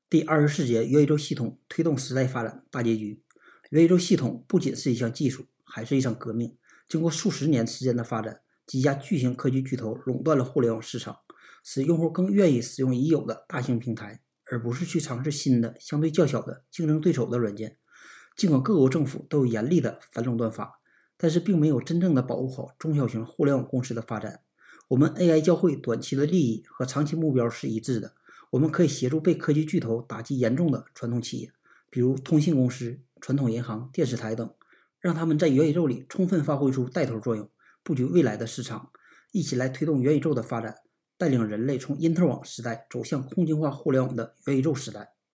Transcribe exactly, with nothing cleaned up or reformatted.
第二十四节元宇宙系统推动时代发展大结局。元宇宙系统不仅是一项技术，还是一场革命。经过数十年时间的发展，几家巨型科技巨头垄断了互联网市场，使用户更愿意使用已有的大型平台，而不是去尝试新的、相对较小的竞争对手的软件。尽管各国政府都有严厉的反垄断法，但是并没有真正的保护好中小型互联网公司的发展。我们 A I 教会短期的利益和长期目标是一致的。我们可以协助被科技巨头打击严重的传统企业，比如通信公司、传统银行、电视台等，让他们在元宇宙里充分发挥出带头作用，布局未来的市场，一起来推动元宇宙的发展，带领人类从因特网时代走向空间化互联网的元宇宙时代。